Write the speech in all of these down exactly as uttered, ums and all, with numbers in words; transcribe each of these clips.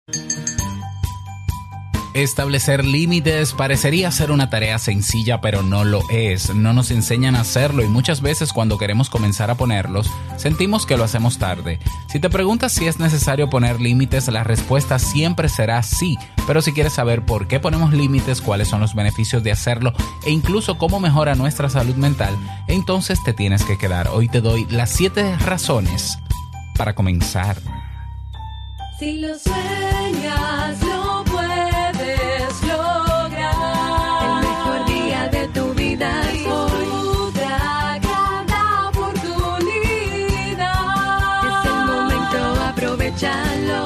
Establecer límites parecería ser una tarea sencilla, pero no lo es. No nos enseñan a hacerlo y muchas veces cuando queremos comenzar a ponerlos, sentimos que lo hacemos tarde. Si te preguntas si es necesario poner límites, la respuesta siempre será sí. Pero si quieres saber por qué ponemos límites, cuáles son los beneficios de hacerlo e incluso cómo mejora nuestra salud mental, entonces te tienes que quedar. Hoy te doy las siete razones para comenzar. Si lo sueñas, lo puedes lograr. El mejor día de tu vida es hoy. Disfruta cada oportunidad. Es el momento, aprovechalo.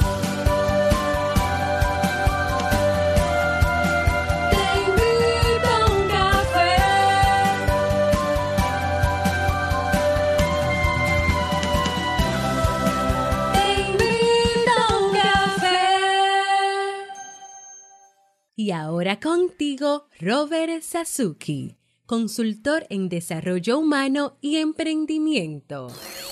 Te invito a un café. Te invito a un café. Y ahora contigo, Robert Sasuki, consultor en desarrollo humano y emprendimiento.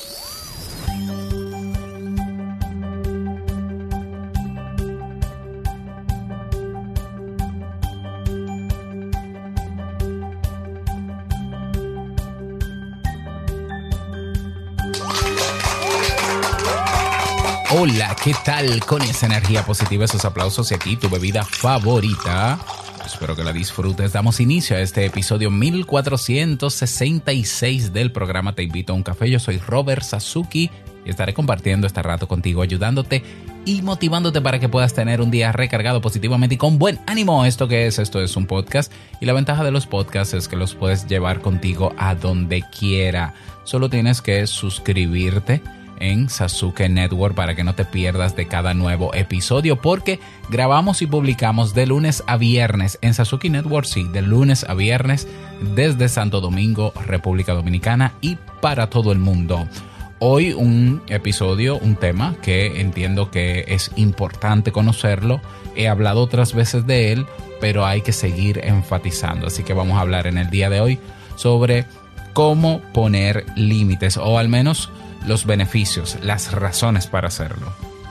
Hola, ¿qué tal? Con esa energía positiva, esos aplausos y aquí tu bebida favorita. Espero que la disfrutes. Damos inicio a este episodio mil cuatrocientos sesenta y seis del programa Te Invito a un Café. Yo soy Robert Sasuki y estaré compartiendo este rato contigo, ayudándote y motivándote para que puedas tener un día recargado positivamente y con buen ánimo. ¿Esto qué es? Esto es un podcast y la ventaja de los podcasts es que los puedes llevar contigo a donde quiera. Solo tienes que suscribirte en Sasuke Network para que no te pierdas de cada nuevo episodio, porque grabamos y publicamos de lunes a viernes en Sasuke Network, sí, de lunes a viernes desde Santo Domingo, República Dominicana y para todo el mundo. Hoy un episodio, un tema que entiendo que es importante conocerlo. He hablado otras veces de él, pero hay que seguir enfatizando. Así que vamos a hablar en el día de hoy sobre cómo poner límites, o al menos los beneficios, las razones para hacerlo.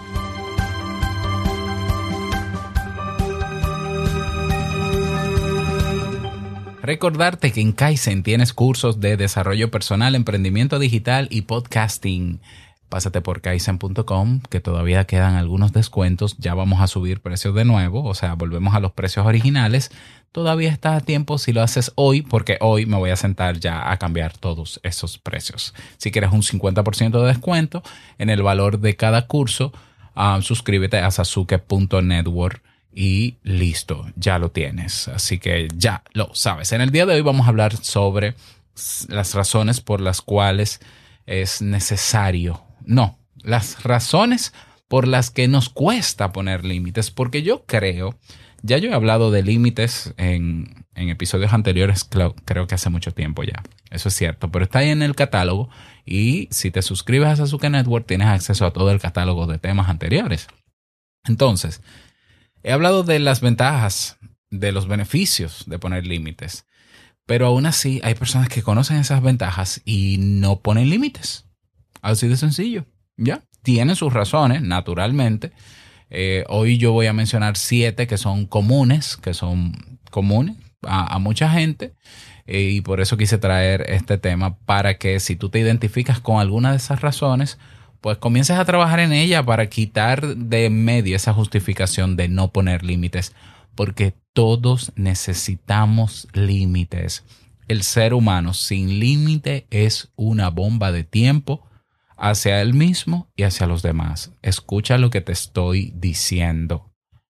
Recordarte que en Kaizen tienes cursos de desarrollo personal, emprendimiento digital y podcasting. Pásate por kaizen punto com, que todavía quedan algunos descuentos. Ya vamos a subir precios de nuevo, o sea, volvemos a los precios originales. Todavía está a tiempo si lo haces hoy, porque hoy me voy a sentar ya a cambiar todos esos precios. Si quieres un cincuenta por ciento de descuento en el valor de cada curso, uh, suscríbete a sasuke punto network y listo, ya lo tienes. Así que ya lo sabes. En el día de hoy vamos a hablar sobre las razones por las cuales es necesario. No, las razones por las que nos cuesta poner límites, porque yo creo... Ya yo he hablado de límites en, en episodios anteriores, creo, creo que hace mucho tiempo ya. Eso es cierto, pero está ahí en el catálogo y si te suscribes a Sasuke Network tienes acceso a todo el catálogo de temas anteriores. Entonces, he hablado de las ventajas, de los beneficios de poner límites, pero aún así hay personas que conocen esas ventajas y no ponen límites. Así de sencillo, ¿ya? Tienen sus razones, naturalmente. Eh, hoy yo voy a mencionar siete que son comunes, que son comunes a, a mucha gente eh, y por eso quise traer este tema para que si tú te identificas con alguna de esas razones, pues comiences a trabajar en ella para quitar de en medio esa justificación de no poner límites, porque todos necesitamos límites. El ser humano sin límite es una bomba de tiempo hacia él mismo y hacia los demás. Escucha lo que te estoy diciendo.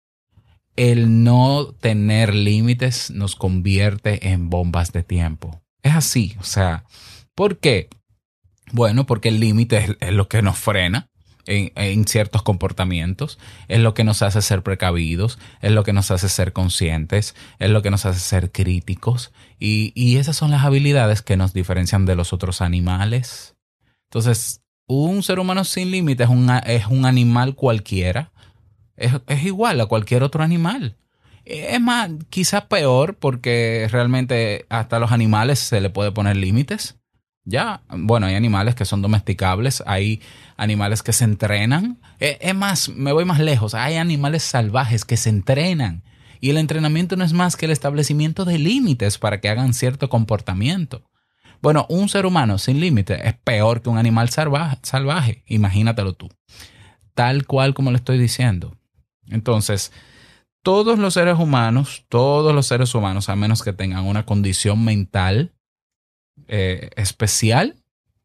El no tener límites nos convierte en bombas de tiempo. Es así, o sea, ¿por qué? Bueno, porque el límite es, es lo que nos frena en, en ciertos comportamientos, es lo que nos hace ser precavidos, es lo que nos hace ser conscientes, es lo que nos hace ser críticos y, y esas son las habilidades que nos diferencian de los otros animales. Entonces, un ser humano sin límites es un, es un animal cualquiera. Es, es igual a cualquier otro animal. Es más, quizás peor porque realmente hasta a los animales se le puede poner límites. Ya, bueno, hay animales que son domesticables, hay animales que se entrenan. Eh, Es más, me voy más lejos, hay animales salvajes que se entrenan. Y el entrenamiento no es más que el establecimiento de límites para que hagan cierto comportamiento. Bueno, un ser humano sin límites es peor que un animal salvaje, salvaje, imagínatelo tú. Tal cual como le estoy diciendo. Entonces, todos los seres humanos, todos los seres humanos, a menos que tengan una condición mental eh, especial,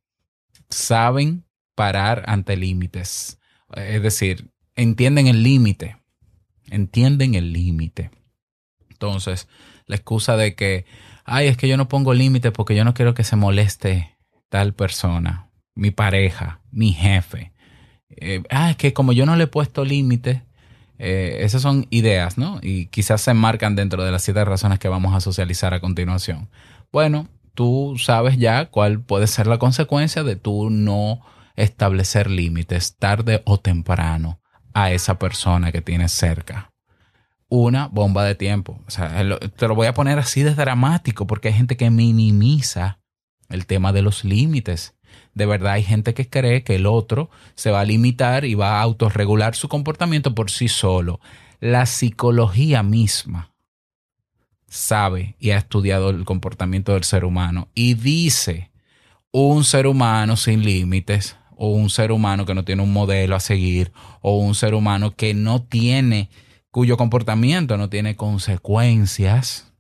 saben parar ante límites. Es decir, entienden el límite. Entienden el límite. Entonces, la excusa de que, ay, es que yo no pongo límites porque yo no quiero que se moleste tal persona, mi pareja, mi jefe. Eh, ah, es que como yo no le he puesto límites, eh, esas son ideas, ¿no? Y quizás se enmarcan dentro de las siete razones que vamos a socializar a continuación. Bueno, tú sabes ya cuál puede ser la consecuencia de tú no establecer límites tarde o temprano a esa persona que tienes cerca. Una bomba de tiempo. O sea, lo- te lo voy a poner así de dramático porque hay gente que minimiza el tema de los límites. De verdad hay gente que cree que el otro se va a limitar y va a autorregular su comportamiento por sí solo. La psicología misma sabe y ha estudiado el comportamiento del ser humano y dice un ser humano sin límites o un ser humano que no tiene un modelo a seguir o un ser humano que no tiene, cuyo comportamiento no tiene consecuencias,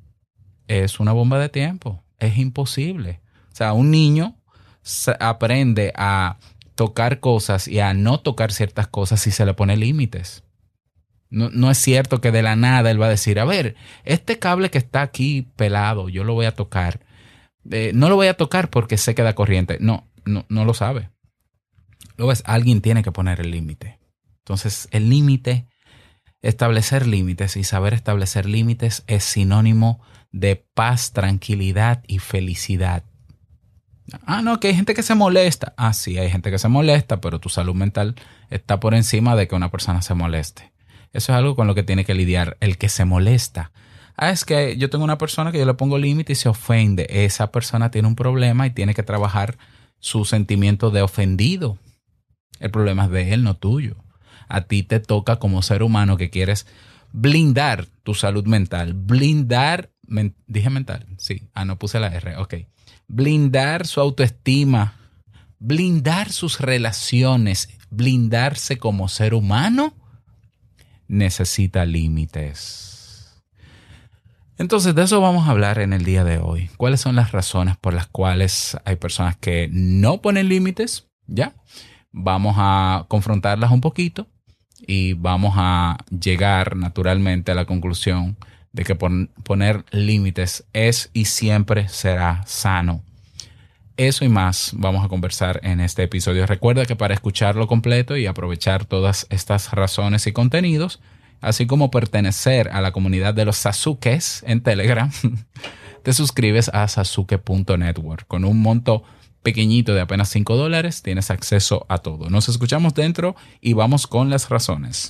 es una bomba de tiempo. Es imposible. O sea, un niño se- aprende a tocar cosas y a no tocar ciertas cosas si se le pone límites. No, no es cierto que de la nada él va a decir, a ver, este cable que está aquí pelado, yo lo voy a tocar. Eh, no lo voy a tocar porque sé que da corriente. No, no, no lo sabe. Lo ves, alguien tiene que poner el límite. Entonces, el límite, establecer límites y saber establecer límites es sinónimo de paz, tranquilidad y felicidad. Ah, no, que hay gente que se molesta. Ah, sí, hay gente que se molesta, pero tu salud mental está por encima de que una persona se moleste. Eso es algo con lo que tiene que lidiar el que se molesta. Ah, es que yo tengo una persona que yo le pongo límite y se ofende. Esa persona tiene un problema y tiene que trabajar su sentimiento de ofendido. El problema es de él, no tuyo. A ti te toca como ser humano que quieres blindar tu salud mental. Blindar, men- dije mental, sí. Ah, no puse la R, ok. Blindar su autoestima, blindar sus relaciones, blindarse como ser humano, necesita límites. Entonces, de eso vamos a hablar en el día de hoy. ¿Cuáles son las razones por las cuales hay personas que no ponen límites? ¿Ya? Vamos a confrontarlas un poquito y vamos a llegar naturalmente a la conclusión de que pon- poner límites es y siempre será sano. Eso y más vamos a conversar en este episodio. Recuerda que para escucharlo completo y aprovechar todas estas razones y contenidos, así como pertenecer a la comunidad de los Sasukes en Telegram, te suscribes a sasuke punto network. Con un monto pequeñito de apenas cinco dólares tienes acceso a todo. Nos escuchamos dentro y vamos con las razones.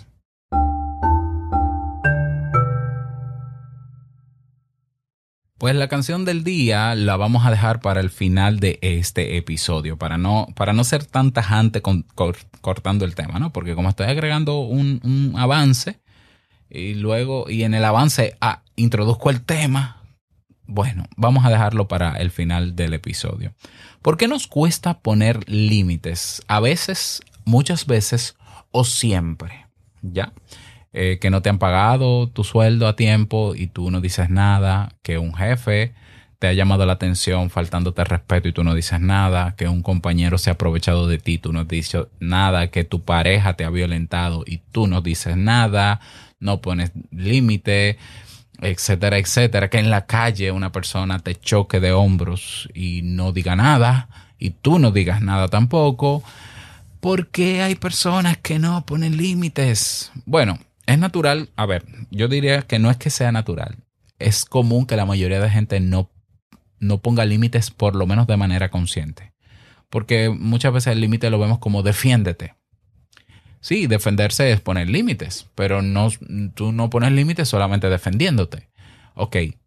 Pues la canción del día la vamos a dejar para el final de este episodio, para no, para no ser tan tajante con, cor- cortando el tema, ¿no? Porque como estoy agregando un, un avance y luego, y en el avance ah, introduzco el tema, bueno, vamos a dejarlo para el final del episodio. ¿Por qué nos cuesta poner límites? A veces, muchas veces o siempre, ¿ya? Eh, que no te han pagado tu sueldo a tiempo y tú no dices nada, que un jefe te ha llamado la atención faltándote el respeto y tú no dices nada, que un compañero se ha aprovechado de ti, tú no dices nada, que tu pareja te ha violentado y tú no dices nada, no pones límite, etcétera, etcétera, que en la calle una persona te choque de hombros y no diga nada y tú no digas nada tampoco. ¿Por qué hay personas que no ponen límites? Bueno, es natural, a ver, yo diría que no es que sea natural, es común que la mayoría de gente no, no ponga límites por lo menos de manera consciente, porque muchas veces el límite lo vemos como defiéndete. Sí, defenderse es poner límites, pero no, tú no pones límites solamente defendiéndote. Ok,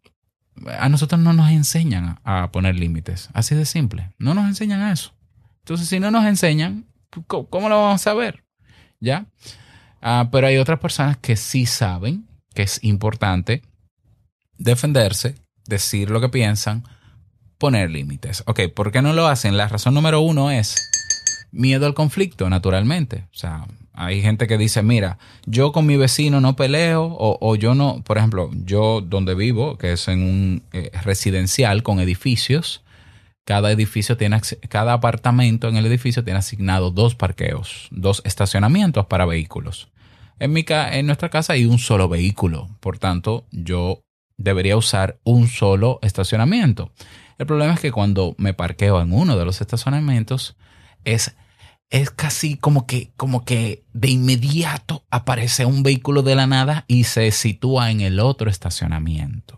a nosotros no nos enseñan a poner límites. Así de simple. No nos enseñan a eso. Entonces, si no nos enseñan, ¿cómo lo vamos a saber? ¿Ya? Uh, pero hay otras personas que sí saben que es importante defenderse, decir lo que piensan, poner límites. Ok, ¿por qué no lo hacen? La razón número uno es miedo al conflicto, naturalmente. O sea, hay gente que dice, mira, yo con mi vecino no peleo o, o yo no, por ejemplo, yo donde vivo, que es en un eh, residencial con edificios, cada edificio tiene, cada apartamento en el edificio tiene asignado dos parqueos, dos estacionamientos para vehículos. En, mi, en nuestra casa hay un solo vehículo, por tanto, yo debería usar un solo estacionamiento. El problema es que cuando me parqueo en uno de los estacionamientos, es, es casi como que, como que de inmediato aparece un vehículo de la nada y se sitúa en el otro estacionamiento.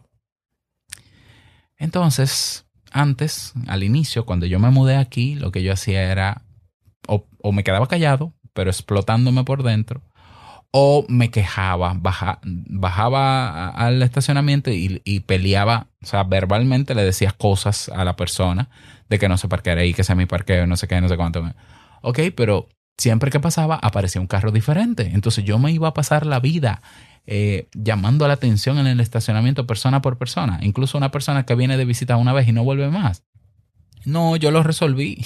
Entonces, antes, al inicio, cuando yo me mudé aquí, lo que yo hacía era o, o me quedaba callado, pero explotándome por dentro, o me quejaba, baja, bajaba al estacionamiento y, y peleaba, o sea, verbalmente le decía cosas a la persona de que no se parqueara ahí, que sea mi parqueo, no sé qué, no sé cuánto. Ok, pero siempre que pasaba aparecía un carro diferente. Entonces yo me iba a pasar la vida eh, llamando la atención en el estacionamiento persona por persona. Incluso una persona que viene de visita una vez y no vuelve más. No, yo lo resolví.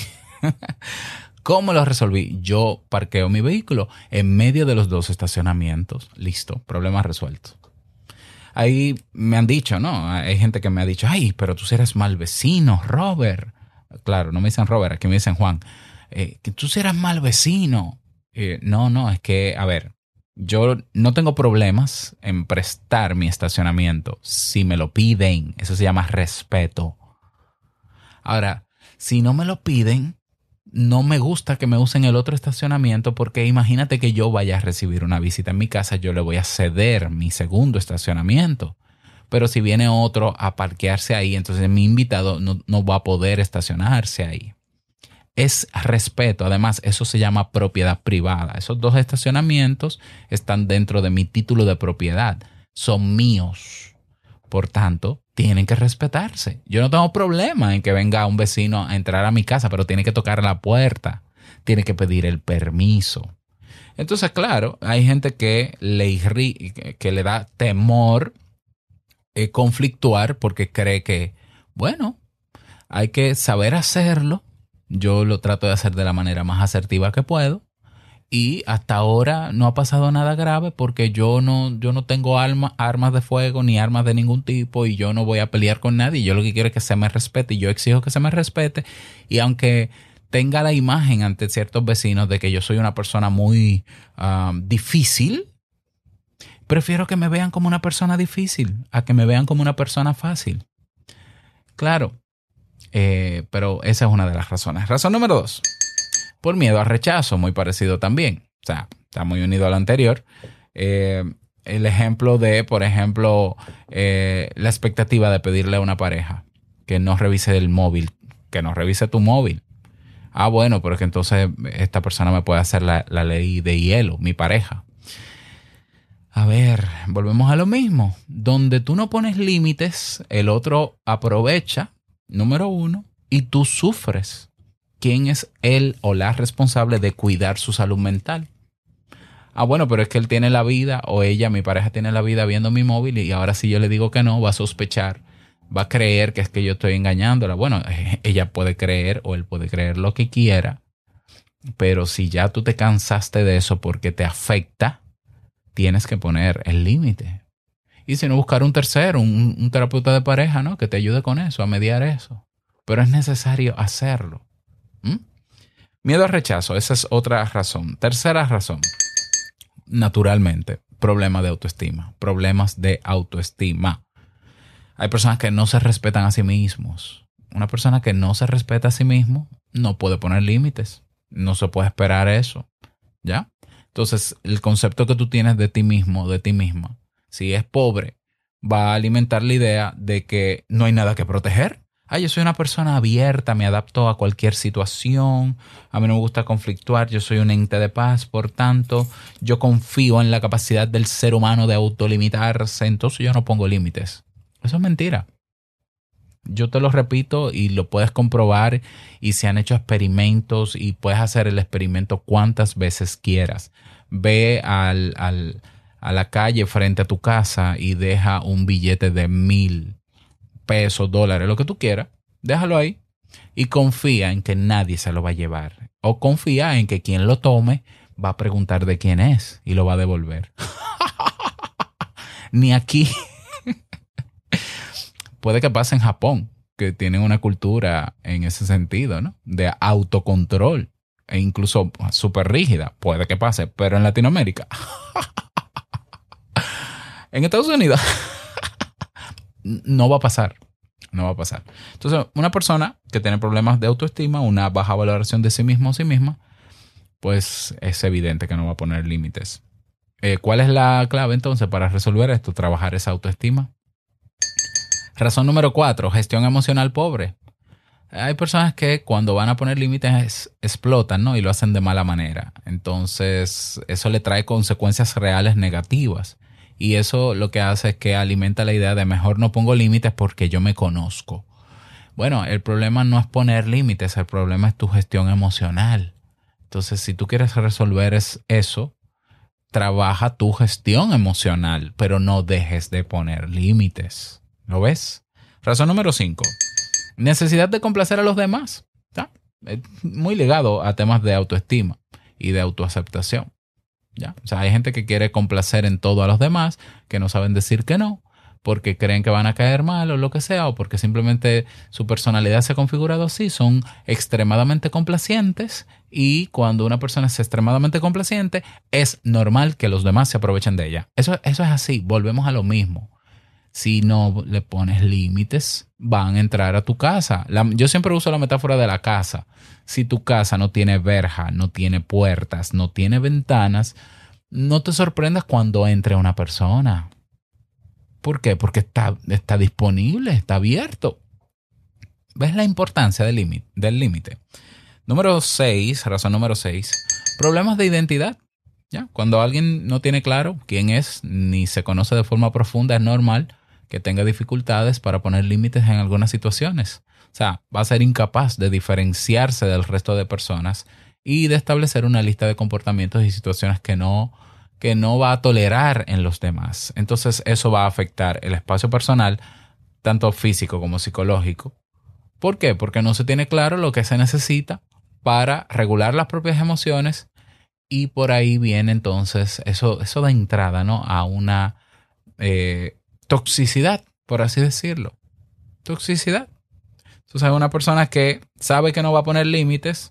¿Cómo lo resolví? Yo parqueo mi vehículo en medio de los dos estacionamientos. Listo, problema resuelto. Ahí me han dicho, ¿no? Hay gente que me ha dicho, ay, pero tú eres mal vecino, Robert. Claro, no me dicen Robert, aquí me dicen Juan. Eh, que tú eras mal vecino. Eh, no, no, es que, a ver, yo no tengo problemas en prestar mi estacionamiento si me lo piden. Eso se llama respeto. Ahora, si no me lo piden, no me gusta que me usen el otro estacionamiento porque imagínate que yo vaya a recibir una visita en mi casa, yo le voy a ceder mi segundo estacionamiento. Pero si viene otro a parquearse ahí, entonces mi invitado no, no va a poder estacionarse ahí. Es respeto. Además, eso se llama propiedad privada. Esos dos estacionamientos están dentro de mi título de propiedad. Son míos. Por tanto, tienen que respetarse. Yo no tengo problema en que venga un vecino a entrar a mi casa, pero tiene que tocar la puerta. Tiene que pedir el permiso. Entonces, claro, hay gente que le, irri- que le da temor eh, conflictuar porque cree que, bueno, hay que saber hacerlo. Yo lo trato de hacer de la manera más asertiva que puedo. Y hasta ahora no ha pasado nada grave porque yo no, yo no tengo arma, armas de fuego ni armas de ningún tipo y yo no voy a pelear con nadie. Yo lo que quiero es que se me respete y yo exijo que se me respete. Y aunque tenga la imagen ante ciertos vecinos de que yo soy una persona muy um, difícil, prefiero que me vean como una persona difícil a que me vean como una persona fácil. Claro, eh, pero esa es una de las razones. Razón número dos. Por miedo al rechazo, muy parecido también. O sea, está muy unido al anterior. Eh, el ejemplo de, por ejemplo, eh, la expectativa de pedirle a una pareja que no revise el móvil, que no revise tu móvil. Ah, bueno, pero es que entonces esta persona me puede hacer la, la ley de hielo, mi pareja. A ver, volvemos a lo mismo. Donde tú no pones límites, el otro aprovecha, número uno, y tú sufres. ¿Quién es él o la responsable de cuidar su salud mental? Ah, bueno, pero es que él tiene la vida o ella, mi pareja tiene la vida viendo mi móvil y ahora si yo le digo que no, va a sospechar, va a creer que es que yo estoy engañándola. Bueno, ella puede creer o él puede creer lo que quiera, pero si ya tú te cansaste de eso porque te afecta, tienes que poner el límite. Y si no, buscar un tercero, un, un terapeuta de pareja, ¿no? Que te ayude con eso, a mediar eso. Pero es necesario hacerlo. ¿Mm? Miedo al rechazo, esa es otra razón. Tercera razón, naturalmente, problemas de autoestima, problemas de autoestima. Hay personas que no se respetan a sí mismos. Una persona que no se respeta a sí mismo no puede poner límites, no se puede esperar eso, ¿ya? Entonces, el concepto que tú tienes de ti mismo, de ti misma, si es pobre, va a alimentar la idea de que no hay nada que proteger. Ah, yo soy una persona abierta, me adapto a cualquier situación, a mí no me gusta conflictuar, yo soy un ente de paz, por tanto, yo confío en la capacidad del ser humano de autolimitarse, entonces yo no pongo límites. Eso es mentira. Yo te lo repito y lo puedes comprobar y se han hecho experimentos y puedes hacer el experimento cuantas veces quieras. Ve al, al, a la calle frente a tu casa y deja un billete de mil pesos, dólares, lo que tú quieras. Déjalo ahí y confía en que nadie se lo va a llevar. O confía en que quien lo tome va a preguntar de quién es y lo va a devolver. Ni aquí. Puede que pase en Japón, que tienen una cultura en ese sentido, ¿no? De autocontrol e incluso súper rígida. Puede que pase, pero en Latinoamérica, en Estados Unidos, no va a pasar. No va a pasar. Entonces, una persona que tiene problemas de autoestima, una baja valoración de sí mismo o sí misma, pues es evidente que no va a poner límites. Eh, ¿Cuál es la clave entonces para resolver esto? Trabajar esa autoestima. Razón número cuatro, gestión emocional pobre. Hay personas que cuando van a poner límites explotan, ¿no? Y lo hacen de mala manera. Entonces, eso le trae consecuencias reales negativas. Y eso lo que hace es que alimenta la idea de mejor no pongo límites porque yo me conozco. Bueno, el problema no es poner límites, el problema es tu gestión emocional. Entonces, si tú quieres resolver es eso, trabaja tu gestión emocional, pero no dejes de poner límites. ¿Lo ves? Razón número cinco. Necesidad de complacer a los demás. ¿Ya? Es muy ligado a temas de autoestima y de autoaceptación. ¿Ya? O sea, hay gente que quiere complacer en todo a los demás, que no saben decir que no, porque creen que van a caer mal o lo que sea, o porque simplemente su personalidad se ha configurado así, son extremadamente complacientes y cuando una persona es extremadamente complaciente, es normal que los demás se aprovechen de ella. Eso, eso es así, volvemos a lo mismo. Si no le pones límites, van a entrar a tu casa. La, yo siempre uso la metáfora de la casa. Si tu casa no tiene verja, no tiene puertas, no tiene ventanas, no te sorprendas cuando entre una persona. ¿Por qué? Porque está, está disponible, está abierto. ¿Ves la importancia del límite? Del límite. Número seis, razón número seis, problemas de identidad. ¿Ya? Cuando alguien no tiene claro quién es ni se conoce de forma profunda, es normal que tenga dificultades para poner límites en algunas situaciones. O sea, va a ser incapaz de diferenciarse del resto de personas y de establecer una lista de comportamientos y situaciones que no, que no va a tolerar en los demás. Entonces, eso va a afectar el espacio personal, tanto físico como psicológico. ¿Por qué? Porque no se tiene claro lo que se necesita para regular las propias emociones y por ahí viene entonces, eso, eso da entrada, ¿no? A una eh, toxicidad, por así decirlo. Toxicidad. Entonces hay una persona que sabe que no va a poner límites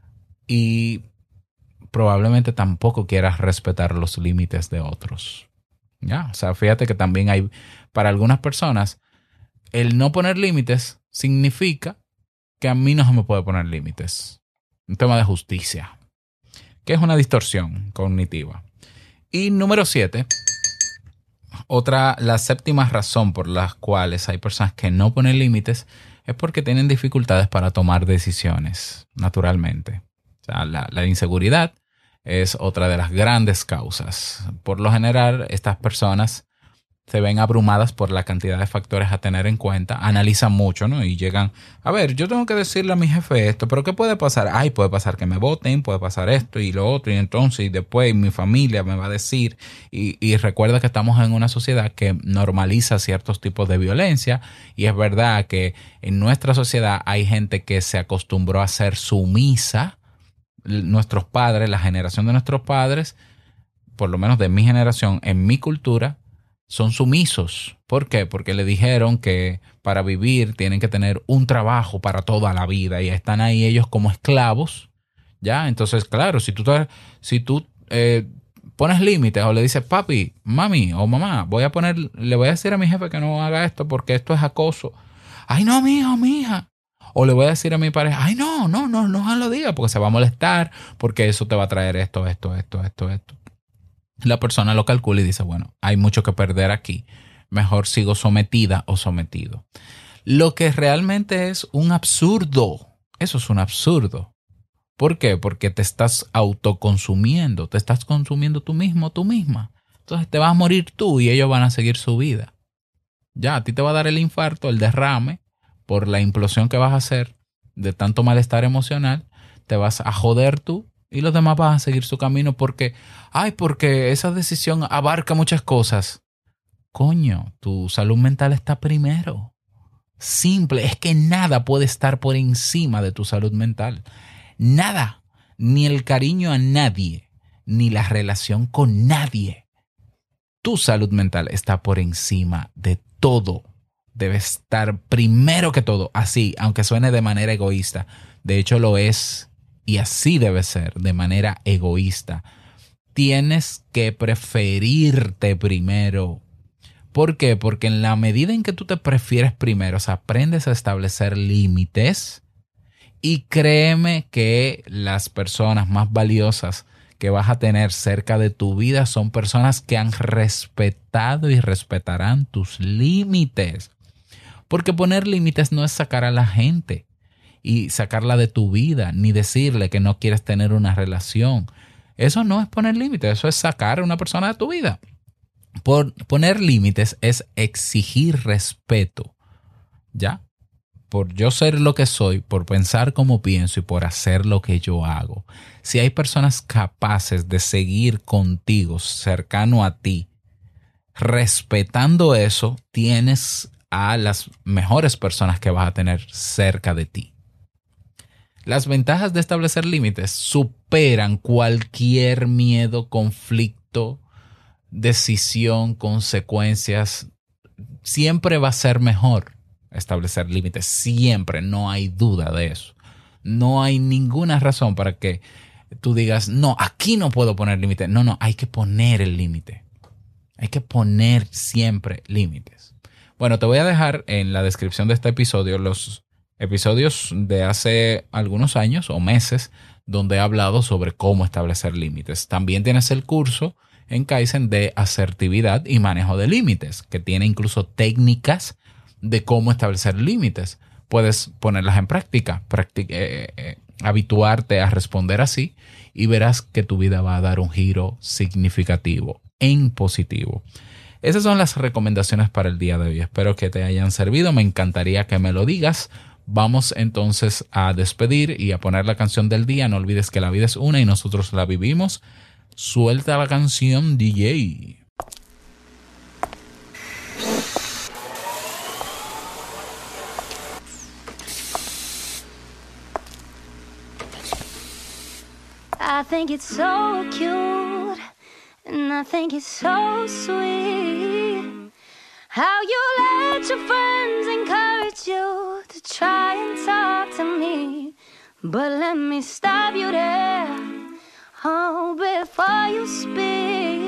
y probablemente tampoco quiera respetar los límites de otros. ¿Ya? O sea, fíjate que también hay, para algunas personas, el no poner límites significa que a mí no se me puede poner límites. Un tema de justicia, que es una distorsión cognitiva. Y número siete, otra, la séptima razón por las cuales hay personas que no ponen límites es porque tienen dificultades para tomar decisiones, naturalmente. O sea, la, la inseguridad es otra de las grandes causas. Por lo general, estas personas se ven abrumadas por la cantidad de factores a tener en cuenta, analizan mucho, ¿no? Y llegan, a ver, yo tengo que decirle a mi jefe esto, pero ¿qué puede pasar? Ay, puede pasar que me voten, puede pasar esto y lo otro, y entonces y después mi familia me va a decir, y, y recuerda que estamos en una sociedad que normaliza ciertos tipos de violencia, y es verdad que en nuestra sociedad hay gente que se acostumbró a ser sumisa. Nuestros padres, la generación de nuestros padres, por lo menos de mi generación, en mi cultura, son sumisos. ¿Por qué? Porque le dijeron que para vivir tienen que tener un trabajo para toda la vida y están ahí ellos como esclavos. ¿Ya? Entonces, claro, si tú, te, si tú eh, pones límites o le dices, papi, mami o mamá, voy a poner, le voy a decir a mi jefe que no haga esto porque esto es acoso. Ay, no, mijo, mija. O le voy a decir a mi pareja, ay, no, no, no, no lo diga porque se va a molestar, porque eso te va a traer esto, esto, esto, esto, esto. La persona lo calcula y dice, bueno, hay mucho que perder aquí. Mejor sigo sometida o sometido. Lo que realmente es un absurdo. Eso es un absurdo. ¿Por qué? Porque te estás autoconsumiendo. Te estás consumiendo tú mismo, tú misma. Entonces te vas a morir tú y ellos van a seguir su vida. Ya, a ti te va a dar el infarto, el derrame, por la implosión que vas a hacer de tanto malestar emocional, te vas a joder tú y los demás van a seguir su camino porque, ay, porque esa decisión abarca muchas cosas. Coño, tu salud mental está primero. Simple, es que nada puede estar por encima de tu salud mental. Nada, ni el cariño a nadie, ni la relación con nadie. Tu salud mental está por encima de todo. Debe estar primero que todo, así, aunque suene de manera egoísta. De hecho lo es, y así debe ser, de manera egoísta. Tienes que preferirte primero. ¿Por qué? Porque en la medida en que tú te prefieres primero, o sea, aprendes a establecer límites, y créeme que las personas más valiosas que vas a tener cerca de tu vida son personas que han respetado y respetarán tus límites. Porque poner límites no es sacar a la gente y sacarla de tu vida, ni decirle que no quieres tener una relación. Eso no es poner límites, eso es sacar a una persona de tu vida. Por poner límites es exigir respeto, ¿ya? Por yo ser lo que soy, por pensar como pienso y por hacer lo que yo hago. Si hay personas capaces de seguir contigo, cercano a ti, respetando eso, tienes a las mejores personas que vas a tener cerca de ti. Las ventajas de establecer límites superan cualquier miedo, conflicto, decisión, consecuencias. Siempre va a ser mejor establecer límites, siempre, no hay duda de eso. No hay ninguna razón para que tú digas, no, aquí no puedo poner límites. No, no, hay que poner el límite. Hay que poner siempre límites. Bueno, te voy a dejar en la descripción de este episodio los episodios de hace algunos años o meses donde he hablado sobre cómo establecer límites. También tienes el curso en Kaizen de asertividad y manejo de límites, que tiene incluso técnicas de cómo establecer límites. Puedes ponerlas en práctica, practic- eh, eh, habituarte a responder así y verás que tu vida va a dar un giro significativo en positivo. Esas son las recomendaciones para el día de hoy. Espero que te hayan servido. Me encantaría que me lo digas. Vamos entonces a despedir y a poner la canción del día. No olvides que la vida es una y nosotros la vivimos. Suelta la canción, D J. I think it's so cute, and I think it's so sweet how you let your friends encourage you to try and talk to me. But let me stop you there, oh, before you speak.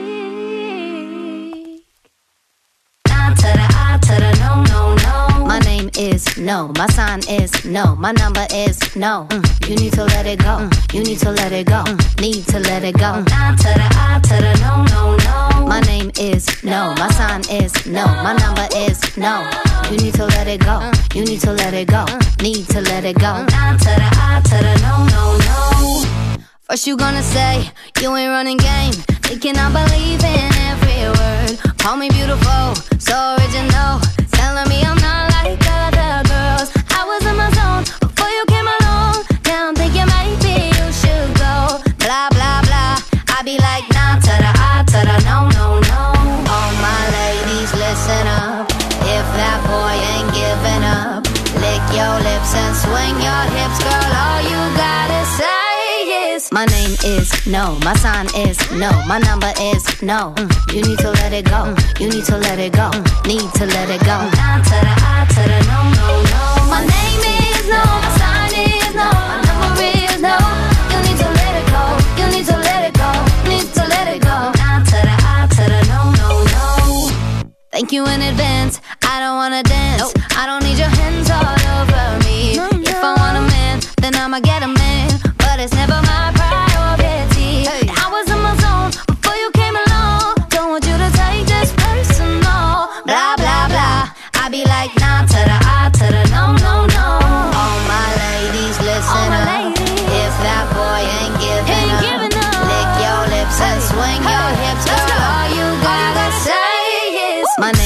I to the I to the no, no, no. My name is no, my sign is no, my number is no. Mm, you need to let it go, mm, you need to let it go, mm, need to let it go. I to the I to the no, no, no. My name is no, my sign is no, my number is no. You need to let it go, mm, you need to let it go, mm, need to let it go. I to the I to the no, no, no. First you gonna say you ain't running game, thinking I believe in every word. Call me beautiful, so original, telling me I'm not like other girls. I was in my zone before you came along. Now I'm thinking maybe you should go. Blah blah blah, I be like nah to the I to the no no no. All my ladies listen up, if that boy ain't giving up, lick your lips and swing your hips, girl. All you gotta say. My name is no, my sign is no, my number is no. Mm, you need to let it go, mm, you need to let it go, mm, need to let it go. I to the I to the no, no, no. My name is no, my sign is no, my number is no. You need to let it go, you need to let it go, need to let it go. I to the I to the no, no, no. Thank you in advance, I don't wanna dance, nope. I don't need your hands all over me. No, no. If I want a man, then I'ma get a man, but it's never my priority. Hey. I was in my zone before you came along, don't want you to take this personal. Blah blah blah, I be like nah to the I to the no no no. All my ladies listen my up, ladies. if that boy ain't giving, Ain't up, giving up. lick your lips and Hey. swing Hey. your hips, Let's girl. go. All you All you gotta gotta say say is my name is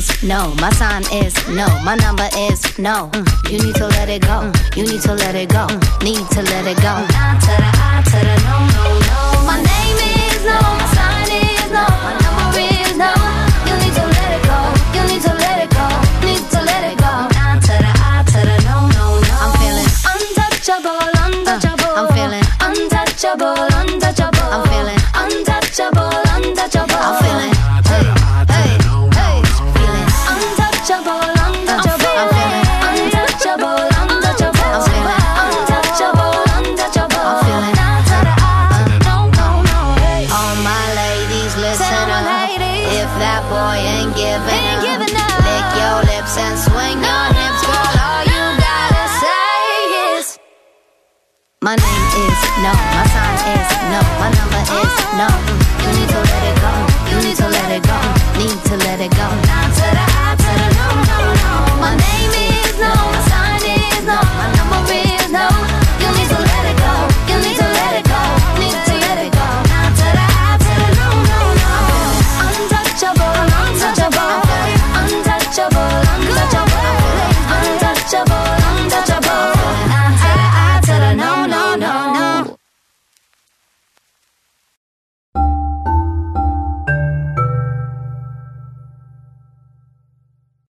is no. My sign is no. My number is no. Mm. You need to let it go. Mm. You need to let it go. Mm. Need to let it go. Nah to the I to the no, no, no. My name is no. My sign is no. My number is no. You need to let it go. You need to let it go. Need to let it go. Nah to the I to the no, no, no. I'm feeling untouchable, untouchable. Uh, I'm feeling untouchable, untouchable. I'm feeling untouchable, untouchable. I'm feeling. Hey, hey, hey. Feeling untouchable, untouchable. I'm feeling untouchable, untouchable. I'm feeling untouchable, untouchable. I'm feeling. No, no, no. All my ladies, listen up. If that boy ain't giving up, lick your lips and swing your hips, girl. All you gotta say is, my name is no. My sign is no. My number is no. You need to let it go. You